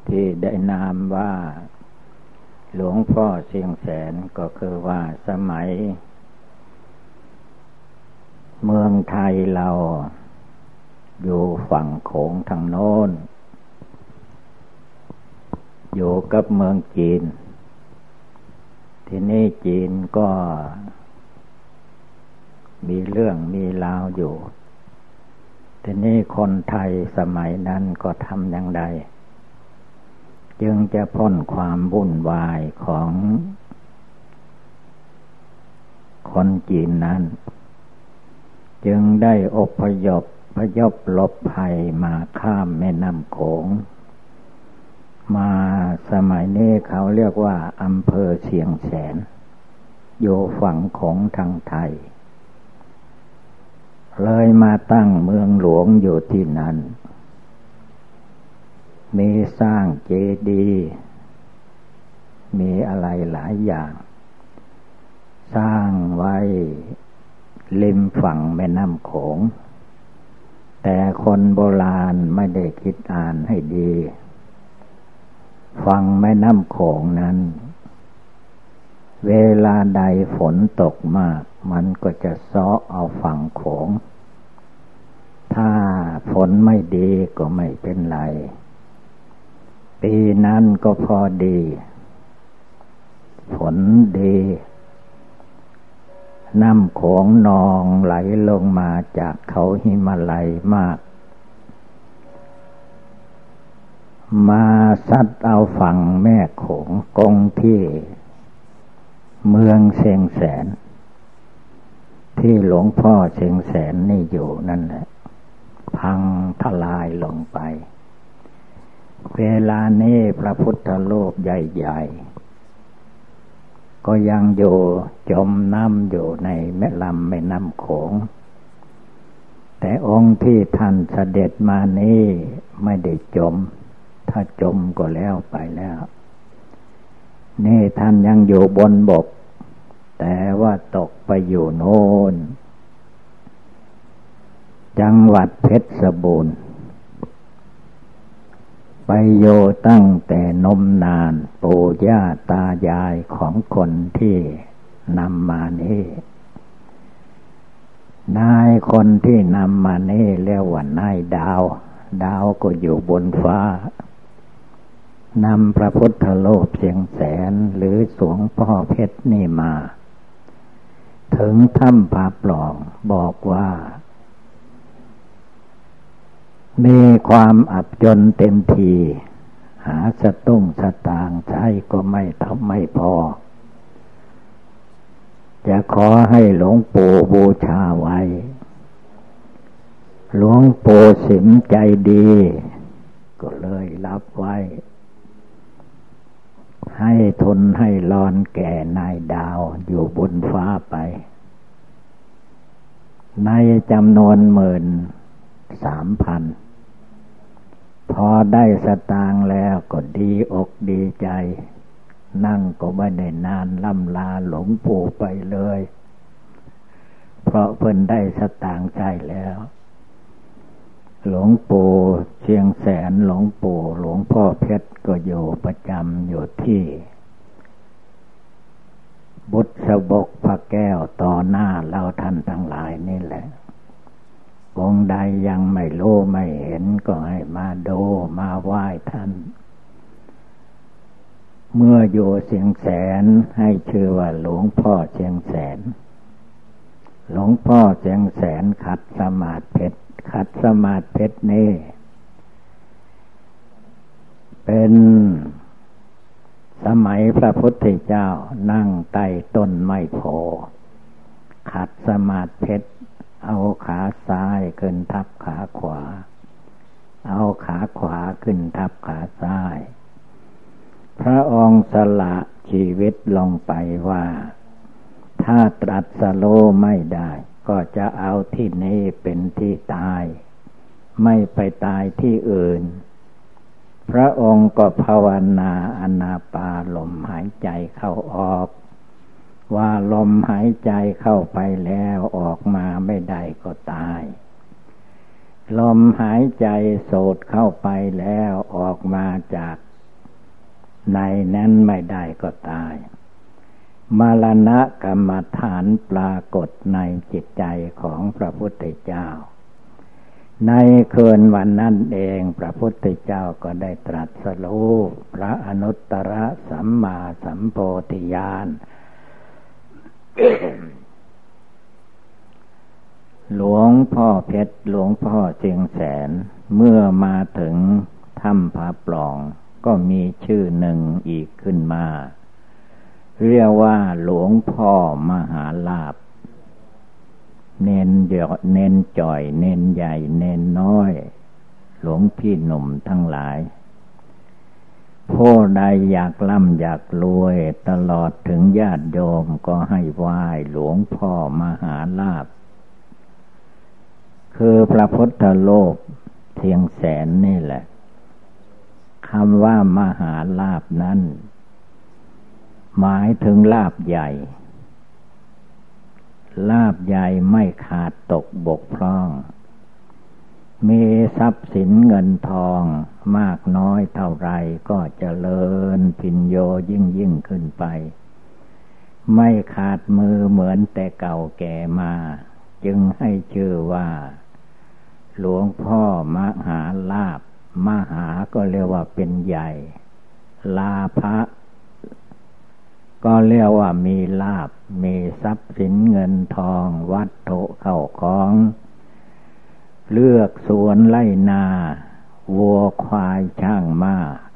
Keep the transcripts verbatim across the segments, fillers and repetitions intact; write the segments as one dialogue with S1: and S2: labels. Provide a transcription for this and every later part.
S1: ที่ได้นามว่าหลวงพ่อเชียงแสนก็คือว่าสมัยเมืองไทยเราอยู่ฝั่งโขงทางโน้นอยู่กับเมืองจีนที่นี่จีนก็มีเรื่องมีราวอยู่ทีนี้คนไทยสมัยนั้นก็ทำอย่างไรจึงจะพ้นความวุ่นวายของคนจีนนั้นจึงได้อพยพพยพหลบภัยมาข้ามแม่น้ำโขงมาสมัยนี้เขาเรียกว่าอำเภอเชียงแสนอยู่ฝั่งของทางไทยเลยมาตั้งเมืองหลวงอยู่ที่นั่นมีสร้างเจดีย์มีอะไรหลายอย่างสร้างไว้ริมฝั่งแม่น้ำโขงแต่คนโบราณไม่ได้คิดอ่านให้ดีฝั่งแม่น้ำโขงนั้นเวลาใดฝนตกมากมันก็จะเซาะเอาฝั่งโขงถ้าฝนไม่ดีก็ไม่เป็นไรปีนั้นก็พอดีฝนดีน้ำโขงนองไหลลงมาจากเขาหิมาลัยมากมาซัดเอาฝั่งแม่โขงกงที่เมืองเชียงแสนที่หลวงพ่อเชียงแสนนี่อยู่นั่นแหละพังทลายลงไปเวลานี้พระพุทธรูปใหญ่ๆก็ยังอยู่จมน้ำอยู่ในแม่ลำแม่น้ำโขงแต่องค์ที่ท่านเสด็จมานี้ไม่ได้จมถ้าจมก็แล้วไปแล้วนี่ท่านยังอยู่บนบกแต่ว่าตกไปอยู่โน่นจังหวัดเพชรบูรณ์ไปโยตั้งแต่นมนานปู่ย่าตายายของคนที่นำมานี่นายคนที่นำมานี่เรียกว่านายดาวดาวก็อยู่บนฟ้านำพระพุทธรูปเชียงแสนหรือหลวงพ่อเพชรนี่มาถึงถ้ำผาปล่องบอกว่ามีความอับจนเต็มทีหาสตุ้งสตางค์ใช้ก็ไม่ทำไม่พอจะขอให้หลวงปู่บูชาไว้หลวงปู่สิมใจดีก็เลยรับไว้ให้ทนให้รอนแก่นายดาวอยู่บนฟ้าไปในจำนวนหมื่นสามพันพอได้สตางค์แล้วก็ดีอกดีใจนั่งก็ไม่ได้นานล่ำลาหลวงปู่ไปเลยเพราะเพิ่นได้สตางค์ใจแล้วหลวงปู่เชียงแสนหลวงปู่หลวงพ่อเพชรก็อยู่ประจำอยู่ที่บุษบกพระแก้วต่อหน้าเราท่านทั้งหลายนี่แหละองค์ใดยังไม่รู้ไม่เห็นก็ให้มาดูมาไหว้ท่านเมื่ออยู่เชียงแสนให้ชื่อว่าหลวงพ่อเชียงแสนหลวงพ่อเชียงแสนขัดสมาธิเพชรขัดสมาธิเพชรนี่เป็นสมัยพระพุทธเจ้านั่งใต้ต้นไม้โพขัดสมาธิเพชรเอาขาซ้ายขึ้นทับขาขวาเอาขาขวาขึ้นทับขาซ้ายพระองค์สละชีวิตลงไปว่าถ้าตรัสรู้ไม่ได้ก็จะเอาที่นี้เป็นที่ตายไม่ไปตายที่อื่นพระองค์ก็ภาวนาอานาปานลมหายใจเข้าออกว่าลมหายใจเข้าไปแล้วออกมาไม่ได้ก็ตายลมหายใจสูดเข้าไปแล้วออกมาจากในนั้นไม่ได้ก็ตายมรณะกรรมฐานปรากฏในจิตใจของพระพุทธเจ้าในคืนวันนั้นเองพระพุทธเจ้าก็ได้ตรัสรู้พระอนุตตรสัมมาสัมโพธิญาณ หลวงพ่อเพชรหลวงพ่อเชียงแสนเมื่อมาถึงถ้ำผาปล่องก็มีชื่อหนึ่งอีกขึ้นมาเรียกว่าหลวงพ่อมหาลาภเน้นเยอะเน้นจ่อยเน้นใหญ่เน้นน้อยหลวงพี่หนุ่มทั้งหลายผู้ใดอยากร่ำอยากรวยตลอดถึงญาติโยมก็ให้ไหว้หลวงพ่อมหาลาภคือพระพุทธโลกเชียงแสนนี่แหละคำว่ามหาลาภนั้นหมายถึงลาภใหญ่ลาภใหญ่ไม่ขาดตกบกพร่องมีทรัพย์สินเงินทองมากน้อยเท่าไรก็เจริญพิญโยยิ่งยิ่งขึ้นไปไม่ขาดมือเหมือนแต่เก่าแก่มาจึงให้ชื่อว่าหลวงพ่อมหาลาภมหาก็เรียกว่าเป็นใหญ่ลาภะก็เรียกว่ามีลาภมีทรัพย์สินเงินทองวัตถุเข้าของเลือกสวนไร่นาวัวควายช้างม้า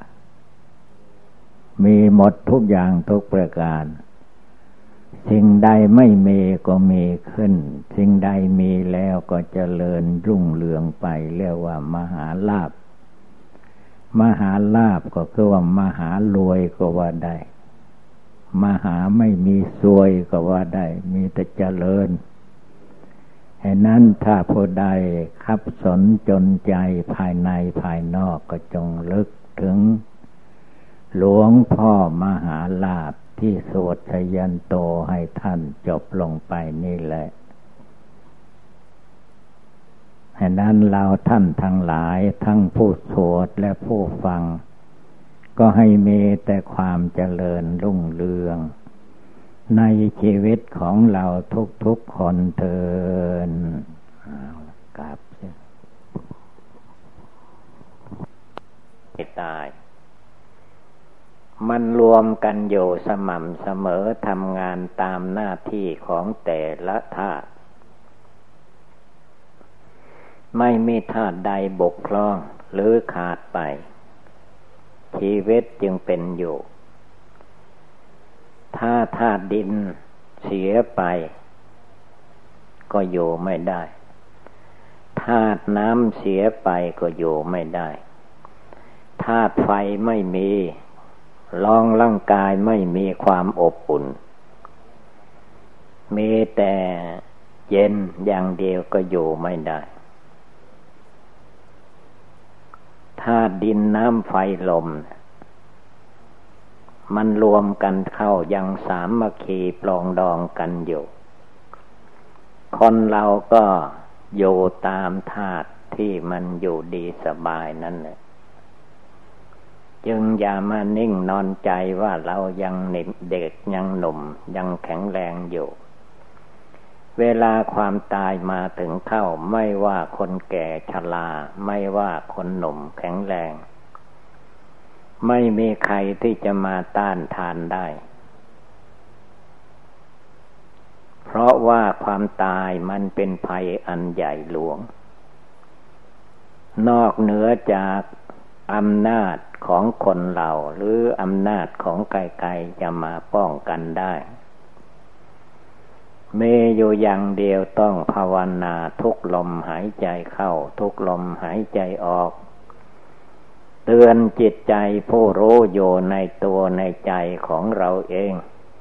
S1: มีหมดทุกอย่างทุกประการสิ่งใดไม่มีก็มีขึ้นสิ่งใดมีแล้วก็เจริญรุ่งเรืองไปเรียกว่ามหาลาภมหาลาภก็คือว่ามหารวยก็ว่าได้มหาไม่มีซวยก็ว่าได้มีแต่เจริญฉะนั้นถ้าผู้ใดคับสนจนใจภายในภายนอกก็จงลึกถึงหลวงพ่อมหาลาภที่สวดชยันโตให้ท่านจบลงไปนี่แหละฉะนั้นเราท่านทั้งหลายทั้งผู้สวดและผู้ฟังก็ให้มีแต่ความเจริญรุ่งเรืองในชีวิตของเราทุกๆคนเถิดกราบไม่ตายมันรวมกันอยู่สม่ำเสมอทำงานตามหน้าที่ของแต่ละธาตุไม่มีธาตุใดบกพร่องหรือขาดไปชีวิตจึงเป็นอยู่ถ้าธาตุดินเสียไปก็อยู่ไม่ได้ธาตุน้ำเสียไปก็อยู่ไม่ได้ธาตุไฟไม่มีรองร่างกายไม่มีความอบอุ่นมีแต่เย็นอย่างเดียวก็อยู่ไม่ได้ธาตุดินน้ำไฟลมมันรวมกันเข้ายังสามัคคีปรองดองกันอยู่คนเราก็อยู่ตามธาตุที่มันอยู่ดีสบายนั่นแหละจึงอย่ามานิ่งนอนใจว่าเรายังเด็กยังหนุ่มยังแข็งแรงอยู่เวลาความตายมาถึงเข้าไม่ว่าคนแก่ชราไม่ว่าคนหนุ่มแข็งแรงไม่มีใครที่จะมาต้านทานได้เพราะว่าความตายมันเป็นภัยอันใหญ่หลวงนอกเหนือจากอำนาจของคนเราหรืออำนาจของไกลๆจะมาป้องกันได้มีอยู่อย่างเดียวต้องภาวนาทุกลมหายใจเข้าทุกลมหายใจออกเตือนจิตใจผู้รู้อยู่ในตัวในใจของเราเอง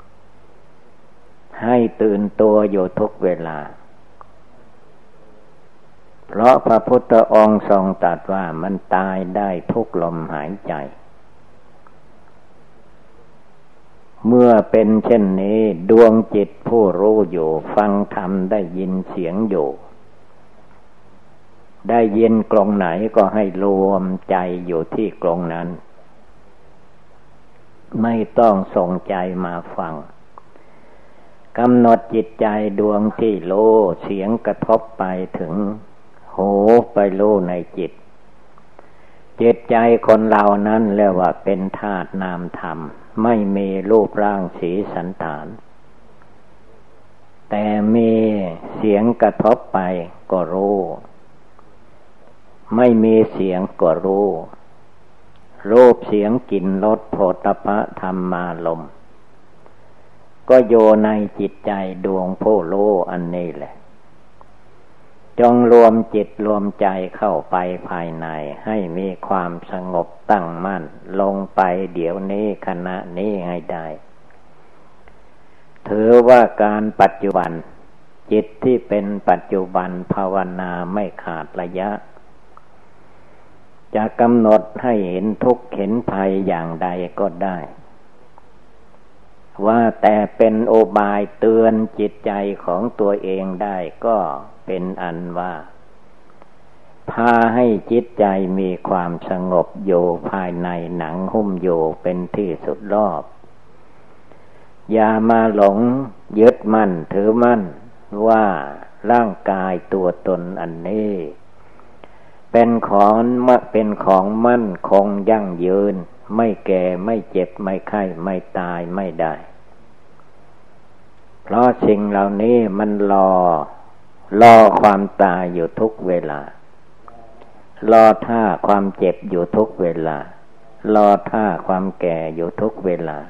S1: ให้ตื่นตัวอยู่ทุกเวลาเพราะพระพุทธองค์ทรงตรัสว่ามันตายได้ทุกลมหายใจเมื่อเป็นเช่นนี้ดวงจิตผู้รู้อยู่ฟังธรรมได้ยินเสียงอยู่ได้ยินกลงไหนก็ให้รวมใจอยู่ที่กลงนั้นไม่ต้องส่งใจมาฟังกำหนดจิตใจดวงที่โลเสียงกระทบไปถึงหูไปโลในจิตจิตใจคนเรานั้นเรียกว่าเป็นธาตุนามธรรมไม่มีรูปร่างสีสันฐานแต่มีเสียงกระทบไปก็รู้ไม่มีเสียงก็รู้รูปเสียงกลิ่นรสโผฏฐัพพะธรรมารมณ์ก็โยในจิตใจดวงผู้รู้อันนี้แหละจงรวมจิตรวมใจเข้าไปภายในให้มีความสงบตั้งมั่นลงไปเดี๋ยวนี้ขณะนี้ให้ได้ถือว่าการปัจจุบันจิตที่เป็นปัจจุบันภาวนาไม่ขาดระยะจะกำหนดให้เห็นทุกข์เห็นภัยอย่างใดก็ได้ว่าแต่เป็นโอบายเตือนจิตใจของตัวเองได้ก็เป็นอันว่าพาให้จิตใจมีความสงบอยู่ภายในหนังหุ้มอยู่เป็นที่สุดรอบอย่ามาหลงยึดมั่นถือมั่นว่าร่างกายตัวตนอันนี้เป็นของมักเป็นของมั่นคงยั่งยืนไม่แก่ไม่เจ็บไม่ไข้ไม่ตายไม่ได้เพราะสิ่งเหล่านี้มันรอรอความตายอยู่ทุกเวลารอท่าความเจ็บอยู่ทุกเวลารอท่าความแก่อยู่ทุกเวลา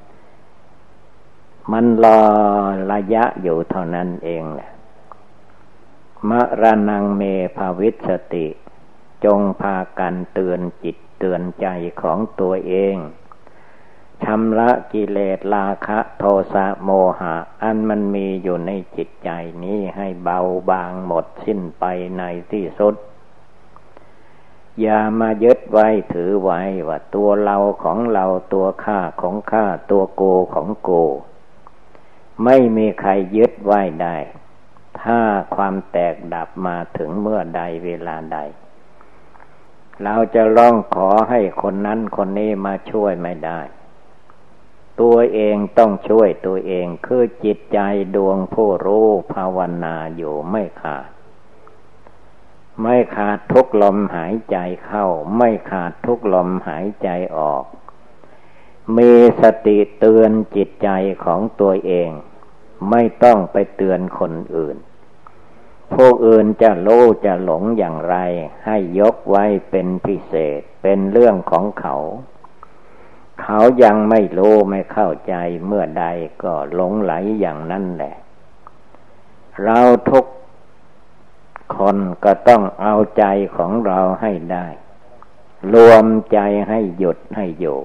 S1: มันรอระยะอยู่เท่านั้นเองแหละมรณังเมภวิสสติจงพากันเตือนจิตเตือนใจของตัวเองชำระกิเลสราคะโทสะโมหะอันมันมีอยู่ในจิตใจนี้ให้เบาบางหมดสิ้นไปในที่สุดอย่ามายึดไว้ถือไว้ว่าตัวเราของเราตัวข้าของข้าตัวโกของโกไม่มีใครยึดไว้ได้ถ้าความแตกดับมาถึงเมื่อใดเวลาใดเราจะร้องขอให้คนนั้นคนนี้มาช่วยไม่ได้ตัวเองต้องช่วยตัวเองคือจิตใจดวงผู้รู้ภาวนาอยู่ไม่ขาดไม่ขาดทุกลมหายใจเข้าไม่ขาดทุกลมหายใจออกมีสติเตือนจิตใจของตัวเองไม่ต้องไปเตือนคนอื่นผู้อื่นจะรู้จะหลงอย่างไรให้ยกไว้เป็นพิเศษเป็นเรื่องของเขาเขายังไม่รู้ไม่เข้าใจเมื่อใดก็หลงไหลอย่างนั้นแหละเราทุกคนก็ต้องเอาใจของเราให้ได้รวมใจให้หยุดให้อยู่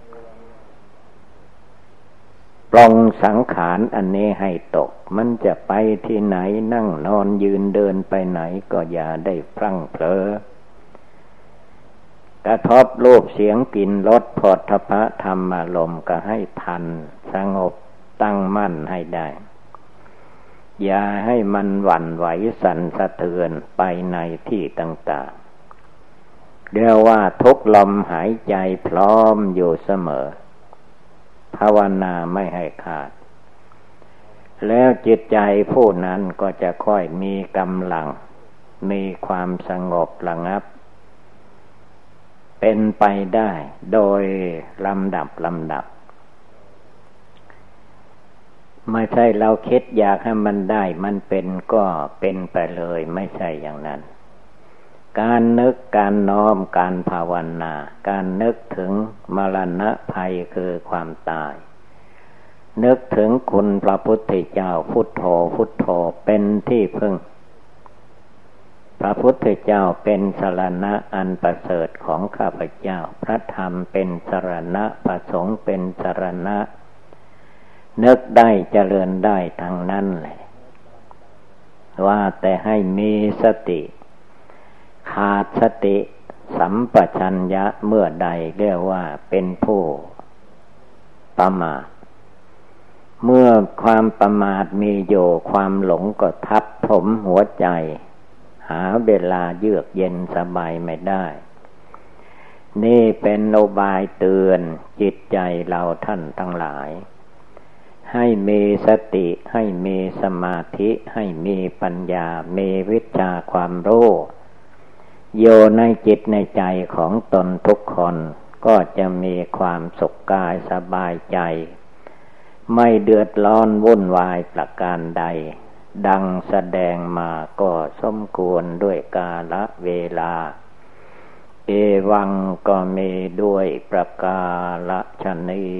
S1: ปลงสังขารอันนี้ให้ตกมันจะไปที่ไหนนั่งนอนยืนเดินไปไหนก็อย่าได้พลั้งเผลอกระทบรูปเสียงกลิ่นรสโผฏฐัพพะธรรมารมณ์ก็ให้ทันสงบตั้งมั่นให้ได้อย่าให้มันหวั่นไหวสั่นสะเทือนไปในที่ต่างๆเรียกว่าทุกลมหายใจพร้อมอยู่เสมอภาวนาไม่ให้ขาดแล้วจิตใจผู้นั้นก็จะค่อยมีกำลังมีความสงบระงับเป็นไปได้โดยลำดับลำดับไม่ใช่เราคิดอยากให้มันได้มันเป็นก็เป็นไปเลยไม่ใช่อย่างนั้นการนึกการน้อมการภาวนาการนึกถึงมรณะภัยคือความตายนึกถึงคุณพระพุทธเจ้าพุทโธพุทโธเป็นที่พึ่งพระพุทธเจ้าเป็นสรณะอันประเสริฐของข้าพเจ้าพระธรรมเป็นสรณะพระสงฆ์เป็นสรณะนึกได้เจริญได้ทั้งนั้นแหละว่าแต่ให้มีสติขาดสติสัมปชัญญะเมื่อใดเรียกว่าเป็นผู้ประมาทเมื่อความประมาทมีอยู่ความหลงก็ทับถมหัวใจหาเวลาเยือกเย็นสบายไม่ได้นี่เป็นโอบายเตือนจิตใจเราท่านทั้งหลายให้มีสติให้มีสมาธิให้มีปัญญามีวิชาความรู้อยู่ในจิตในใจของตนทุกคนก็จะมีความสุขกายสบายใจไม่เดือดร้อนวุ่นวายประการใดดังแสดงมาก็สมควรด้วยกาลเวลาเอวังก็มีด้วยประกาศนี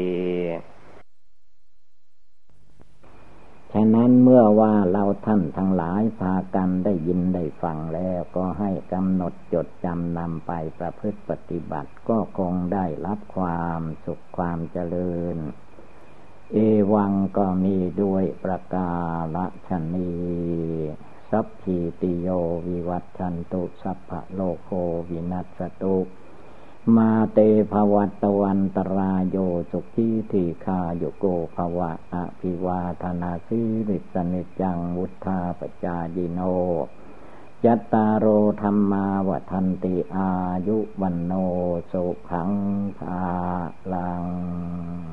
S1: ฉะนั้นเมื่อว่าเราท่านทั้งหลายพากันได้ยินได้ฟังแล้วก็ให้กำหนดจดจำนำไปประพฤติปฏิบัติก็คงได้รับความสุขความเจริญเอวังก็มีด้วยประกาศนีสัพพิติโยวิวัตชันตุสัพพะโลกโควินัสตุมาเตภวัตวันตรายโยสุขีทีคาโยโกภวะอภิวาทนาสิริสนิจังวุธาปจายิโนยัตตารโอธรรมาวทันติอายุวันโนสุขังภาลัง